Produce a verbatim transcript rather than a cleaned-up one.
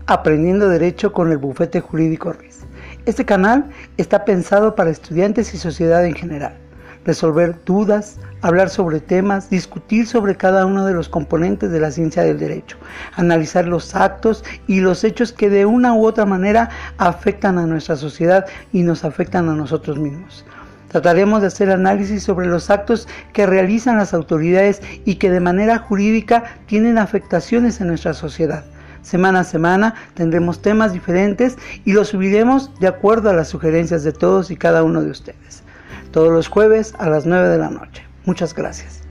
Aprendiendo Derecho con el Bufete Jurídico Ruiz. Este canal está pensado para estudiantes y sociedad en general. Resolver dudas, hablar sobre temas, discutir sobre cada uno de los componentes de la ciencia del derecho, analizar los actos y los hechos que de una u otra manera afectan a nuestra sociedad y nos afectan a nosotros mismos. Trataremos de hacer análisis sobre los actos que realizan las autoridades y que de manera jurídica tienen afectaciones en nuestra sociedad. Semana a semana tendremos temas diferentes y los subiremos de acuerdo a las sugerencias de todos y cada uno de ustedes. Todos los jueves a las nueve de la noche. Muchas gracias.